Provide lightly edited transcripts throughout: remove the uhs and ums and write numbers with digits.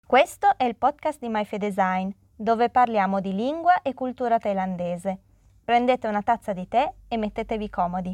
Questo è il podcast di MyFedesign, dove parliamo di lingua e cultura thailandese. Prendete una tazza di tè e mettetevi comodi.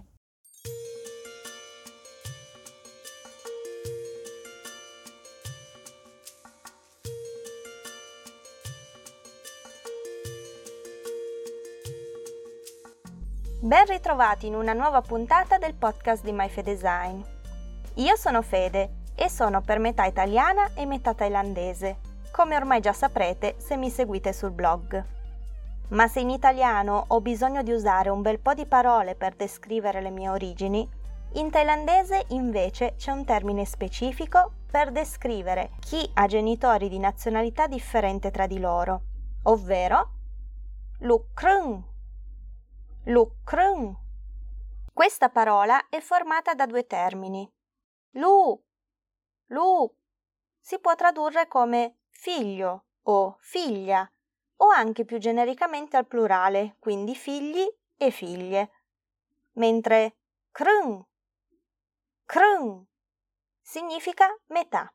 Ben ritrovati in una nuova puntata del podcast di MyFedesign. Io sono Fede e sono per metà italiana e metà thailandese, come ormai già saprete se mi seguite sul blog. Ma se in italiano ho bisogno di usare un bel po' di parole per descrivere le mie origini, in thailandese invece c'è un termine specifico per descrivere chi ha genitori di nazionalità differente tra di loro, ovvero Luk Krung. Luk Krung. Questa parola è formata da due termini. Lu si può tradurre come figlio o figlia, o anche più genericamente al plurale, quindi figli e figlie. Mentre krung significa metà.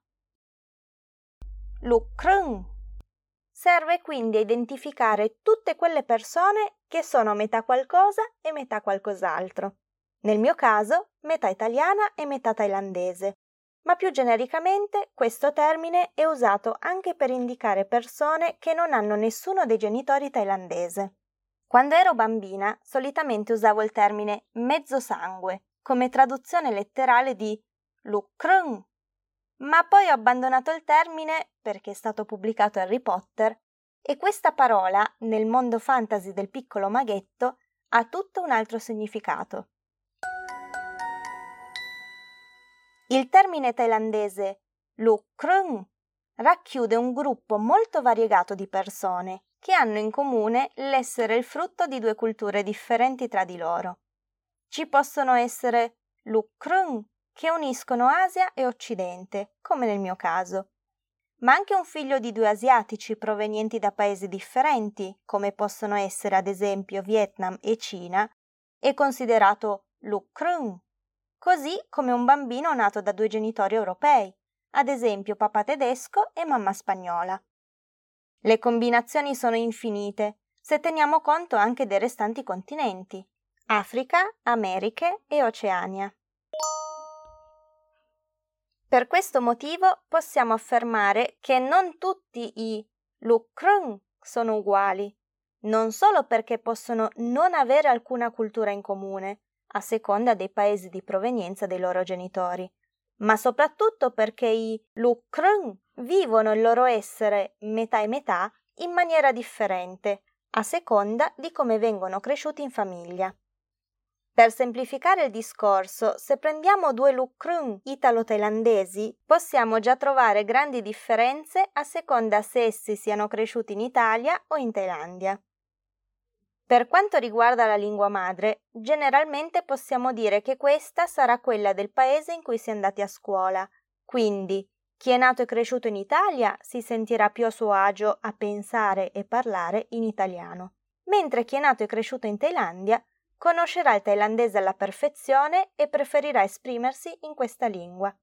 Luk krung serve quindi a identificare tutte quelle persone che sono metà qualcosa e metà qualcos'altro. Nel mio caso, metà italiana e metà thailandese. Ma più genericamente questo termine è usato anche per indicare persone che non hanno nessuno dei genitori thailandese. Quando ero bambina, solitamente usavo il termine mezzo sangue come traduzione letterale di Luk Krung, ma poi ho abbandonato il termine perché è stato pubblicato Harry Potter e questa parola, nel mondo fantasy del piccolo maghetto, ha tutto un altro significato. Il termine thailandese Luk Krung racchiude un gruppo molto variegato di persone che hanno in comune l'essere il frutto di due culture differenti tra di loro. Ci possono essere Luk Krung che uniscono Asia e Occidente, come nel mio caso, ma anche un figlio di due asiatici provenienti da paesi differenti, come possono essere ad esempio Vietnam e Cina, è considerato Luk Krung. Così come un bambino nato da due genitori europei, ad esempio papà tedesco e mamma spagnola. Le combinazioni sono infinite, se teniamo conto anche dei restanti continenti, Africa, Americhe e Oceania. Per questo motivo possiamo affermare che non tutti i Luk Krung sono uguali, non solo perché possono non avere alcuna cultura in comune, a seconda dei paesi di provenienza dei loro genitori, ma soprattutto perché i Luk Krung vivono il loro essere metà e metà in maniera differente, a seconda di come vengono cresciuti in famiglia. Per semplificare il discorso, se prendiamo due Luk Krung italo-thailandesi, possiamo già trovare grandi differenze a seconda se essi siano cresciuti in Italia o in Thailandia. Per quanto riguarda la lingua madre, generalmente possiamo dire che questa sarà quella del paese in cui si è andati a scuola, quindi chi è nato e cresciuto in Italia si sentirà più a suo agio a pensare e parlare in italiano, mentre chi è nato e cresciuto in Thailandia conoscerà il thailandese alla perfezione e preferirà esprimersi in questa lingua.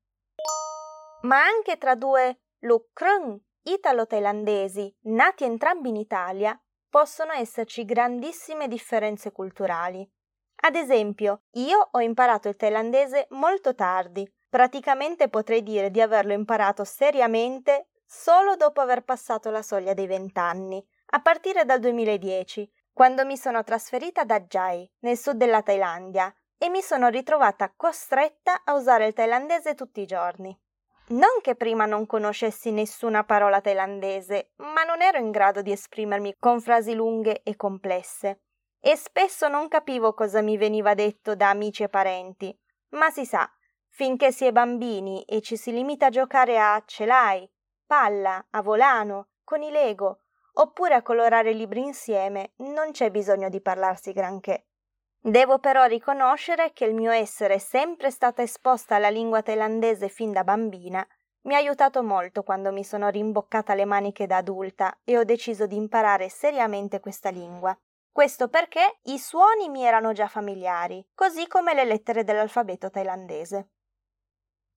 Ma anche tra due Luk Krung italo-thailandesi nati entrambi in Italia, possono esserci grandissime differenze culturali. Ad esempio, io ho imparato il thailandese molto tardi, praticamente potrei dire di averlo imparato seriamente solo dopo aver passato la soglia dei 20 anni, a partire dal 2010, quando mi sono trasferita ad Ajai, nel sud della Thailandia, e mi sono ritrovata costretta a usare il thailandese tutti i giorni. Non che prima non conoscessi nessuna parola thailandese, ma non ero in grado di esprimermi con frasi lunghe e complesse, e spesso non capivo cosa mi veniva detto da amici e parenti. Ma si sa, finché si è bambini e ci si limita a giocare a celai, palla, a volano, con i Lego, oppure a colorare libri insieme, non c'è bisogno di parlarsi granché. Devo però riconoscere che il mio essere sempre stata esposta alla lingua thailandese fin da bambina mi ha aiutato molto quando mi sono rimboccata le maniche da adulta e ho deciso di imparare seriamente questa lingua. Questo perché i suoni mi erano già familiari, così come le lettere dell'alfabeto thailandese.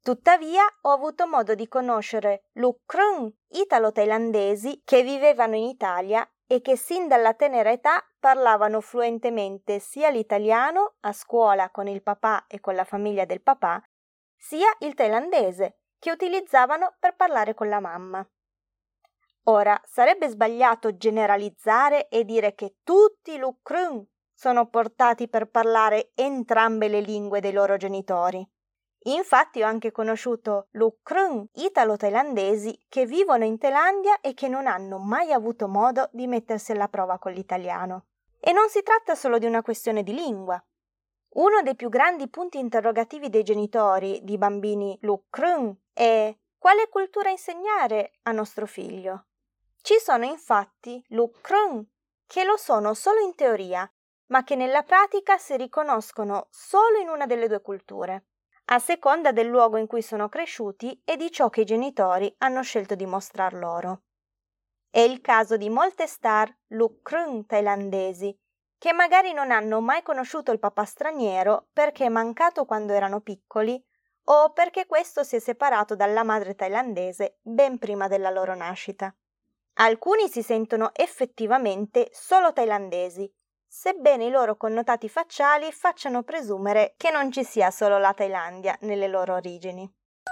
Tuttavia ho avuto modo di conoscere Lukrung italo-thailandesi che vivevano in Italia e che sin dalla tenera età parlavano fluentemente sia l'italiano a scuola con il papà e con la famiglia del papà, sia il thailandese che utilizzavano per parlare con la mamma. Ora, sarebbe sbagliato generalizzare e dire che tutti i Lukrung sono portati per parlare entrambe le lingue dei loro genitori. Infatti ho anche conosciuto Lukrung italo-thailandesi che vivono in Thailandia e che non hanno mai avuto modo di mettersi alla prova con l'italiano. E non si tratta solo di una questione di lingua. Uno dei più grandi punti interrogativi dei genitori di bambini Lukrung è: quale cultura insegnare a nostro figlio? Ci sono infatti Lukrung che lo sono solo in teoria, ma che nella pratica si riconoscono solo in una delle due culture, a seconda del luogo in cui sono cresciuti e di ciò che i genitori hanno scelto di mostrar loro. È il caso di molte star Lukrung thailandesi, che magari non hanno mai conosciuto il papà straniero perché è mancato quando erano piccoli o perché questo si è separato dalla madre thailandese ben prima della loro nascita. Alcuni si sentono effettivamente solo thailandesi, sebbene i loro connotati facciali facciano presumere che non ci sia solo la Thailandia nelle loro origini.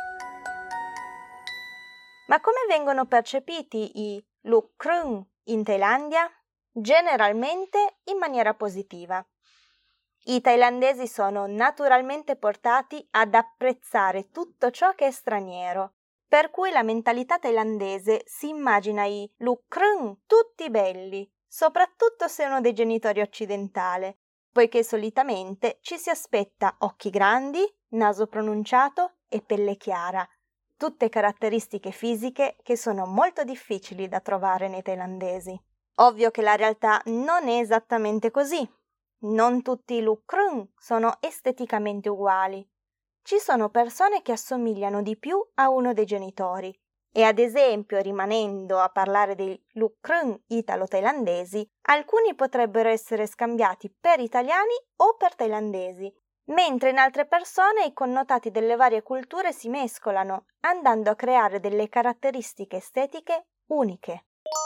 Ma come vengono percepiti i Lukrung in Thailandia? Generalmente in maniera positiva. I thailandesi sono naturalmente portati ad apprezzare tutto ciò che è straniero, per cui la mentalità thailandese si immagina i Lukrung tutti belli, soprattutto se uno dei genitori occidentale, poiché solitamente ci si aspetta occhi grandi, naso pronunciato e pelle chiara, tutte caratteristiche fisiche che sono molto difficili da trovare nei thailandesi. Ovvio che la realtà non è esattamente così. Non tutti i Lukrung sono esteticamente uguali. Ci sono persone che assomigliano di più a uno dei genitori e, ad esempio, rimanendo a parlare dei Lukrung italo-thailandesi, alcuni potrebbero essere scambiati per italiani o per thailandesi, mentre in altre persone i connotati delle varie culture si mescolano, andando a creare delle caratteristiche estetiche uniche.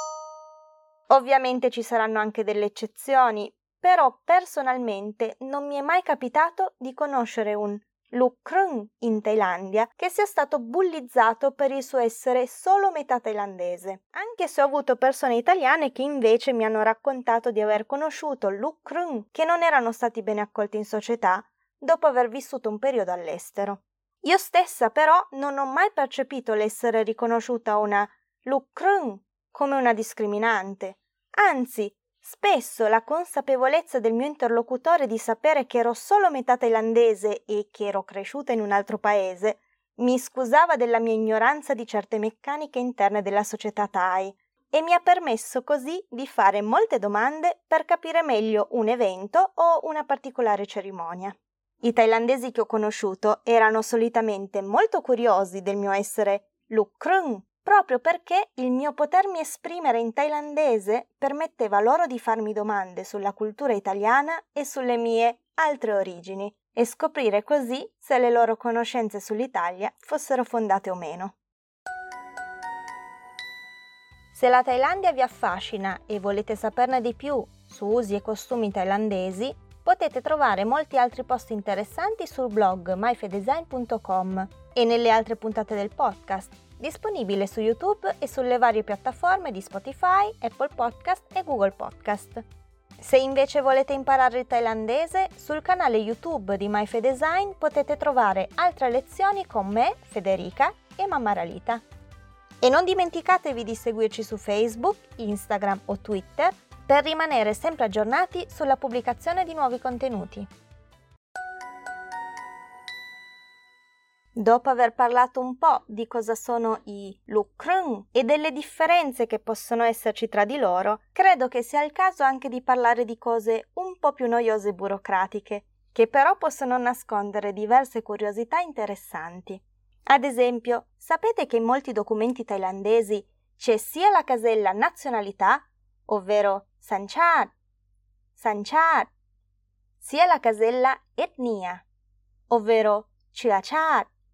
Ovviamente ci saranno anche delle eccezioni, però personalmente non mi è mai capitato di conoscere un Lukrung in Thailandia che sia stato bullizzato per il suo essere solo metà thailandese, anche se ho avuto persone italiane che invece mi hanno raccontato di aver conosciuto Lukrung che non erano stati bene accolti in società dopo aver vissuto un periodo all'estero. Io stessa però non ho mai percepito l'essere riconosciuta una Lukrung come una discriminante, anzi, spesso la consapevolezza del mio interlocutore di sapere che ero solo metà thailandese e che ero cresciuta in un altro paese mi scusava della mia ignoranza di certe meccaniche interne della società Thai e mi ha permesso così di fare molte domande per capire meglio un evento o una particolare cerimonia. I thailandesi che ho conosciuto erano solitamente molto curiosi del mio essere Lukrung, proprio perché il mio potermi esprimere in thailandese permetteva loro di farmi domande sulla cultura italiana e sulle mie altre origini e scoprire così se le loro conoscenze sull'Italia fossero fondate o meno. Se la Thailandia vi affascina e volete saperne di più su usi e costumi thailandesi, potete trovare molti altri post interessanti sul blog myfedesign.com e nelle altre puntate del podcast, disponibile su YouTube e sulle varie piattaforme di Spotify, Apple Podcast e Google Podcast. Se invece volete imparare il thailandese, sul canale YouTube di myfedesign potete trovare altre lezioni con me, Federica e Mamma Ralita. E non dimenticatevi di seguirci su Facebook, Instagram o Twitter per rimanere sempre aggiornati sulla pubblicazione di nuovi contenuti. Dopo aver parlato un po' di cosa sono i Lukrung e delle differenze che possono esserci tra di loro, credo che sia il caso anche di parlare di cose un po' più noiose e burocratiche, che però possono nascondere diverse curiosità interessanti. Ad esempio, sapete che in molti documenti thailandesi c'è sia la casella nazionalità, ovvero Sanchat, sia la casella etnia, ovvero Chirachat,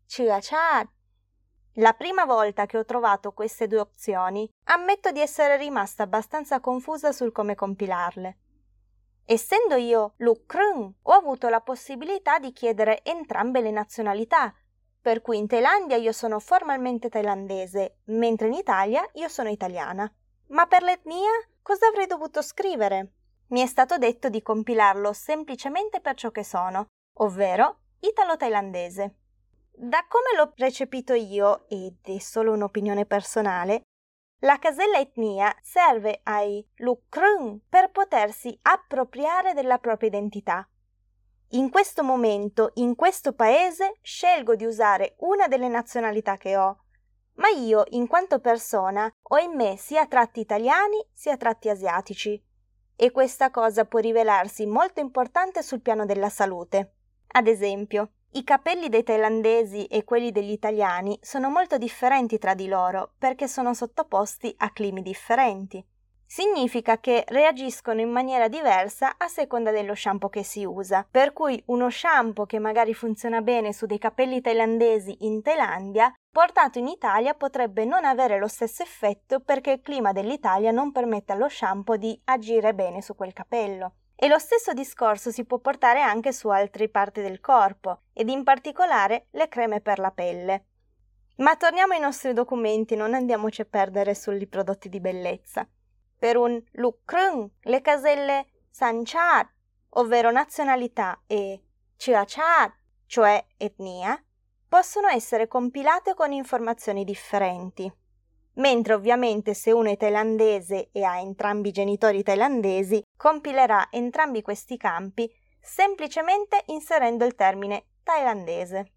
Chua Chat. La prima volta che ho trovato queste due opzioni, ammetto di essere rimasta abbastanza confusa sul come compilarle. Essendo io Lukrung, ho avuto la possibilità di chiedere entrambe le nazionalità, per cui in Thailandia io sono formalmente thailandese, mentre in Italia io sono italiana. Ma per l'etnia cosa avrei dovuto scrivere? Mi è stato detto di compilarlo semplicemente per ciò che sono, ovvero italo-thailandese. Da come l'ho recepito io, ed è solo un'opinione personale, la casella etnia serve ai Lukrung per potersi appropriare della propria identità. In questo momento, in questo paese, scelgo di usare una delle nazionalità che ho, ma io, in quanto persona, ho in me sia tratti italiani sia tratti asiatici, e questa cosa può rivelarsi molto importante sul piano della salute. Ad esempio, i capelli dei thailandesi e quelli degli italiani sono molto differenti tra di loro perché sono sottoposti a climi differenti. Significa che reagiscono in maniera diversa a seconda dello shampoo che si usa, per cui uno shampoo che magari funziona bene su dei capelli thailandesi in Thailandia, portato in Italia potrebbe non avere lo stesso effetto perché il clima dell'Italia non permette allo shampoo di agire bene su quel capello. E lo stesso discorso si può portare anche su altre parti del corpo, ed in particolare le creme per la pelle. Ma torniamo ai nostri documenti, non andiamoci a perdere sui prodotti di bellezza. Per un Lukrung, le caselle Sanchat, ovvero nazionalità, e Chiachat, cioè etnia, possono essere compilate con informazioni differenti. Mentre ovviamente se uno è thailandese e ha entrambi i genitori thailandesi, compilerà entrambi questi campi semplicemente inserendo il termine thailandese.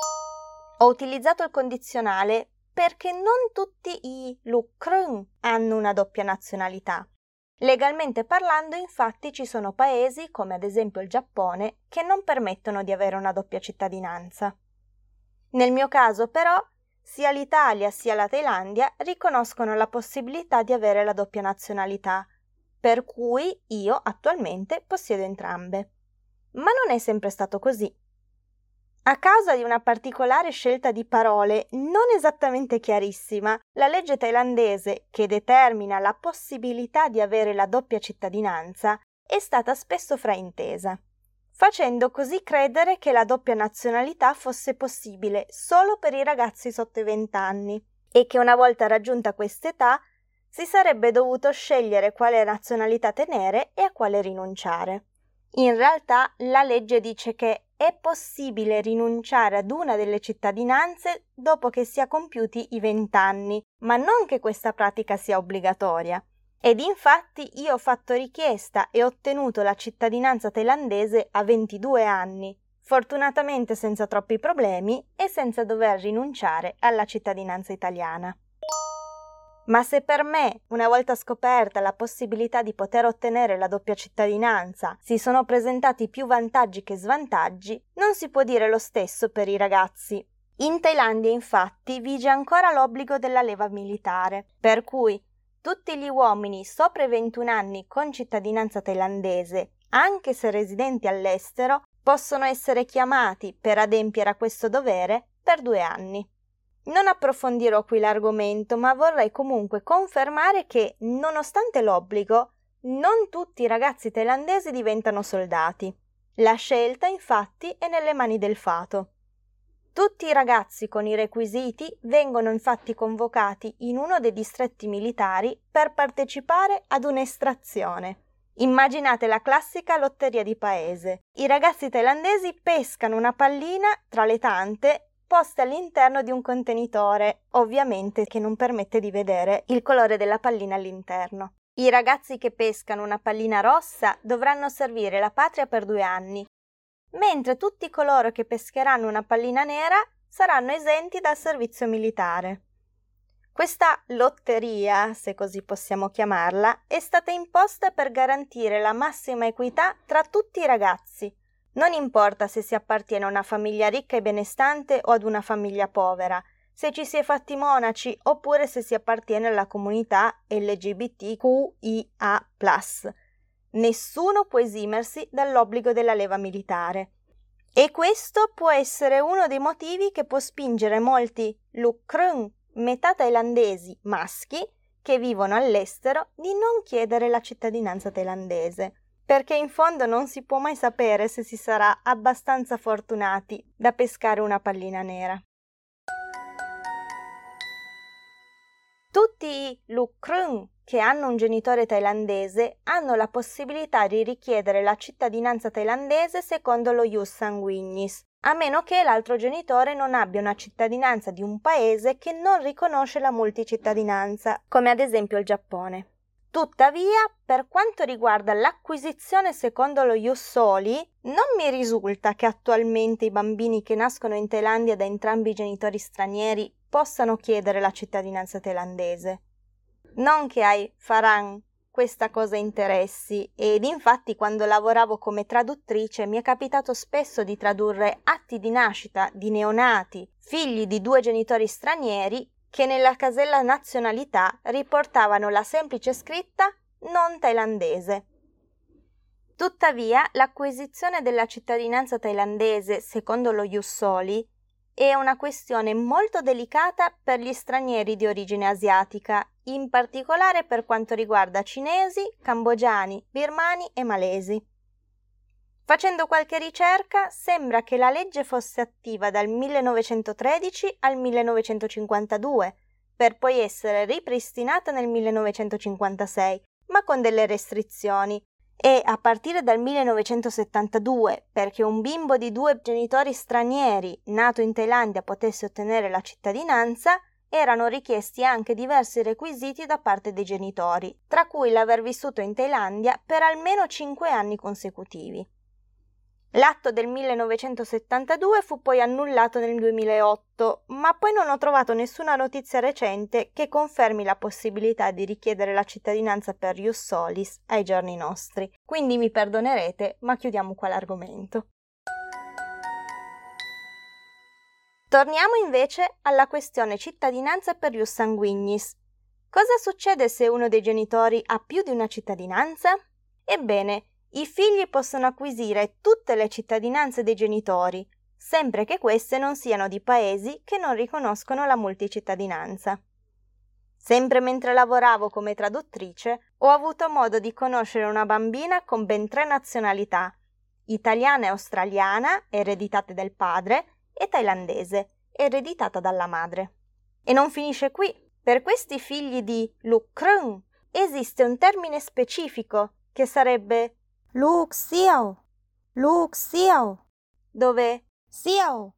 Ho utilizzato il condizionale perché non tutti i Lukrung hanno una doppia nazionalità. Legalmente parlando, infatti, ci sono paesi, come ad esempio il Giappone, che non permettono di avere una doppia cittadinanza. Nel mio caso, però, sia l'Italia sia la Thailandia riconoscono la possibilità di avere la doppia nazionalità, per cui io attualmente possiedo entrambe. Ma non è sempre stato così. A causa di una particolare scelta di parole non esattamente chiarissima, la legge thailandese, che determina la possibilità di avere la doppia cittadinanza, è stata spesso fraintesa, facendo così credere che la doppia nazionalità fosse possibile solo per i ragazzi sotto i 20 anni e che una volta raggiunta quest'età si sarebbe dovuto scegliere quale nazionalità tenere e a quale rinunciare. In realtà la legge dice che è possibile rinunciare ad una delle cittadinanze dopo che si ha compiuti i 20 anni, ma non che questa pratica sia obbligatoria. Ed infatti io ho fatto richiesta e ho ottenuto la cittadinanza thailandese a 22 anni, fortunatamente senza troppi problemi e senza dover rinunciare alla cittadinanza italiana. Ma se per me, una volta scoperta la possibilità di poter ottenere la doppia cittadinanza, si sono presentati più vantaggi che svantaggi, non si può dire lo stesso per i ragazzi. In Thailandia, infatti, vige ancora l'obbligo della leva militare, per cui tutti gli uomini sopra i 21 anni con cittadinanza thailandese, anche se residenti all'estero, possono essere chiamati per adempiere a questo dovere per 2 anni. Non approfondirò qui l'argomento, ma vorrei comunque confermare che, nonostante l'obbligo, non tutti i ragazzi thailandesi diventano soldati. La scelta, infatti, è nelle mani del fato. Tutti i ragazzi con i requisiti vengono infatti convocati in uno dei distretti militari per partecipare ad un'estrazione. Immaginate la classica lotteria di paese. I ragazzi thailandesi pescano una pallina tra le tante poste all'interno di un contenitore, ovviamente che non permette di vedere il colore della pallina all'interno. I ragazzi che pescano una pallina rossa dovranno servire la patria per 2 anni, mentre tutti coloro che pescheranno una pallina nera saranno esenti dal servizio militare. Questa lotteria, se così possiamo chiamarla, è stata imposta per garantire la massima equità tra tutti i ragazzi. Non importa se si appartiene a una famiglia ricca e benestante o ad una famiglia povera, se ci si è fatti monaci oppure se si appartiene alla comunità LGBTQIA+. Nessuno può esimersi dall'obbligo della leva militare. E questo può essere uno dei motivi che può spingere molti Lukrung, metà thailandesi maschi, che vivono all'estero, di non chiedere la cittadinanza thailandese, perché in fondo non si può mai sapere se si sarà abbastanza fortunati da pescare una pallina nera. Tutti i Lukrung che hanno un genitore thailandese hanno la possibilità di richiedere la cittadinanza thailandese secondo lo ius sanguinis, a meno che l'altro genitore non abbia una cittadinanza di un paese che non riconosce la multicittadinanza, come ad esempio il Giappone. Tuttavia, per quanto riguarda l'acquisizione secondo lo ius soli, non mi risulta che attualmente i bambini che nascono in Thailandia da entrambi i genitori stranieri possano chiedere la cittadinanza thailandese. Non che ai Farang questa cosa interessi, ed infatti quando lavoravo come traduttrice mi è capitato spesso di tradurre atti di nascita di neonati, figli di 2 genitori stranieri, che nella casella nazionalità riportavano la semplice scritta non thailandese. Tuttavia, l'acquisizione della cittadinanza thailandese secondo lo ius soli è una questione molto delicata per gli stranieri di origine asiatica, in particolare per quanto riguarda cinesi, cambogiani, birmani e malesi. Facendo qualche ricerca, sembra che la legge fosse attiva dal 1913 al 1952, per poi essere ripristinata nel 1956, ma con delle restrizioni, e a partire dal 1972, perché un bimbo di 2 genitori stranieri nato in Thailandia potesse ottenere la cittadinanza, erano richiesti anche diversi requisiti da parte dei genitori, tra cui l'aver vissuto in Thailandia per almeno 5 anni consecutivi. L'atto del 1972 fu poi annullato nel 2008, ma poi non ho trovato nessuna notizia recente che confermi la possibilità di richiedere la cittadinanza per ius solis ai giorni nostri. Quindi mi perdonerete, ma chiudiamo qua l'argomento. Torniamo invece alla questione cittadinanza per ius sanguinis. Cosa succede se uno dei genitori ha più di una cittadinanza? Ebbene, i figli possono acquisire tutte le cittadinanze dei genitori, sempre che queste non siano di paesi che non riconoscono la multicittadinanza. Sempre mentre lavoravo come traduttrice, ho avuto modo di conoscere una bambina con ben 3 nazionalità: italiana e australiana, ereditate dal padre, e thailandese, ereditata dalla madre. E non finisce qui. Per questi figli di Lukrung esiste un termine specifico che sarebbe Luk Siao, dove Siao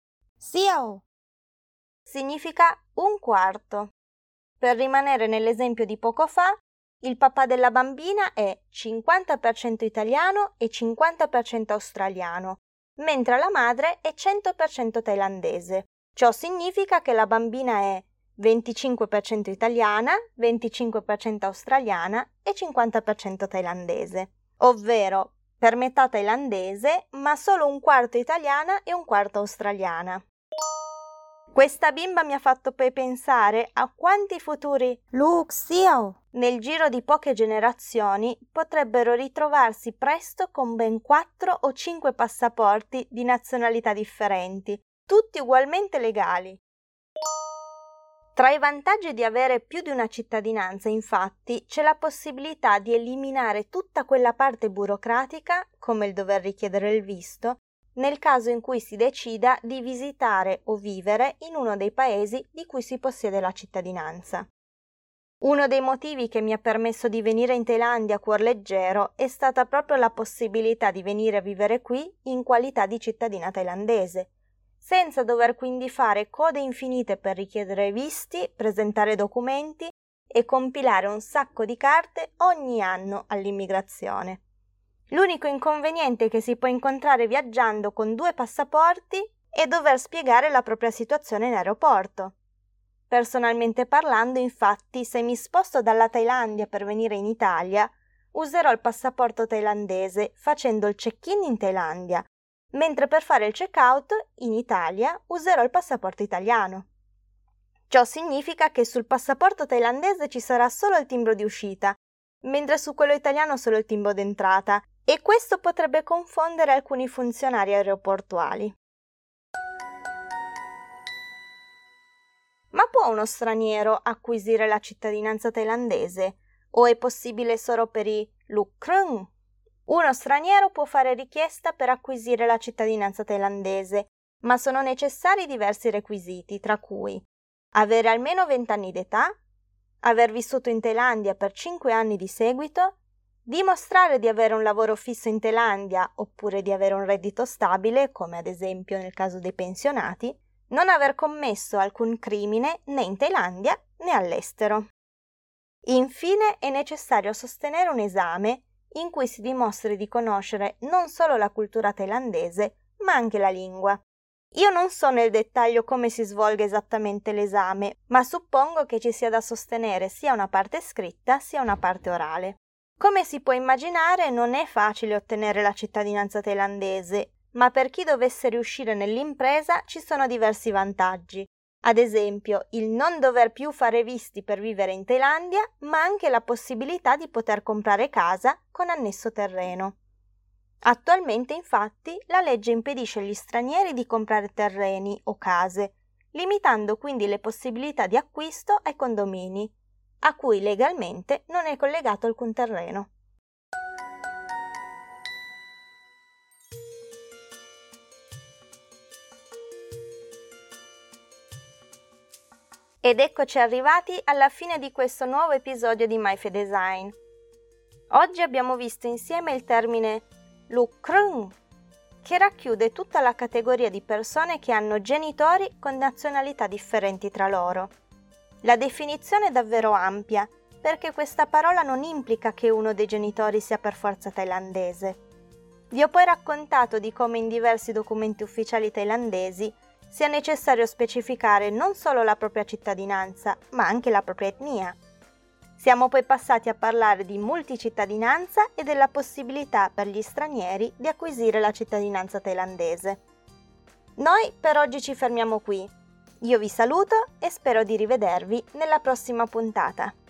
significa un quarto. Per rimanere nell'esempio di poco fa, il papà della bambina è 50% italiano e 50% australiano, mentre la madre è 100% thailandese. Ciò significa che la bambina è 25% italiana, 25% australiana e 50% thailandese, ovvero per metà thailandese, ma solo un quarto italiana e un quarto australiana. Questa bimba mi ha fatto poi pensare a quanti futuri Luk Siao nel giro di poche generazioni potrebbero ritrovarsi presto con ben 4 o 5 passaporti di nazionalità differenti, tutti ugualmente legali. Tra i vantaggi di avere più di una cittadinanza, infatti, c'è la possibilità di eliminare tutta quella parte burocratica, come il dover richiedere il visto, nel caso in cui si decida di visitare o vivere in uno dei paesi di cui si possiede la cittadinanza. Uno dei motivi che mi ha permesso di venire in Thailandia a cuor leggero è stata proprio la possibilità di venire a vivere qui in qualità di cittadina thailandese, senza dover quindi fare code infinite per richiedere visti, presentare documenti e compilare un sacco di carte ogni anno all'immigrazione. L'unico inconveniente che si può incontrare viaggiando con 2 passaporti è dover spiegare la propria situazione in aeroporto. Personalmente parlando, infatti, se mi sposto dalla Thailandia per venire in Italia, userò il passaporto thailandese facendo il check-in in Thailandia, mentre per fare il check-out in Italia userò il passaporto italiano. Ciò significa che sul passaporto thailandese ci sarà solo il timbro di uscita, mentre su quello italiano solo il timbro d'entrata, e questo potrebbe confondere alcuni funzionari aeroportuali. Ma può uno straniero acquisire la cittadinanza thailandese o è possibile solo per i Lukrung? Uno straniero può fare richiesta per acquisire la cittadinanza thailandese, ma sono necessari diversi requisiti, tra cui avere almeno 20 anni d'età, aver vissuto in Thailandia per 5 anni di seguito, dimostrare di avere un lavoro fisso in Thailandia oppure di avere un reddito stabile, come ad esempio nel caso dei pensionati, non aver commesso alcun crimine né in Thailandia né all'estero. Infine è necessario sostenere un esame in cui si dimostri di conoscere non solo la cultura thailandese, ma anche la lingua. Io non so nel dettaglio come si svolga esattamente l'esame, ma suppongo che ci sia da sostenere sia una parte scritta sia una parte orale. Come si può immaginare, non è facile ottenere la cittadinanza thailandese, ma per chi dovesse riuscire nell'impresa ci sono diversi vantaggi. Ad esempio, il non dover più fare visti per vivere in Thailandia, ma anche la possibilità di poter comprare casa con annesso terreno. Attualmente, infatti, la legge impedisce agli stranieri di comprare terreni o case, limitando quindi le possibilità di acquisto ai condomini, a cui legalmente non è collegato alcun terreno. Ed eccoci arrivati alla fine di questo nuovo episodio di MyFedesign. Oggi abbiamo visto insieme il termine Lukrung, che racchiude tutta la categoria di persone che hanno genitori con nazionalità differenti tra loro. La definizione è davvero ampia, perché questa parola non implica che uno dei genitori sia per forza thailandese. Vi ho poi raccontato di come in diversi documenti ufficiali thailandesi sia necessario specificare non solo la propria cittadinanza, ma anche la propria etnia. Siamo poi passati a parlare di multicittadinanza e della possibilità per gli stranieri di acquisire la cittadinanza thailandese. Noi per oggi ci fermiamo qui. Io vi saluto e spero di rivedervi nella prossima puntata.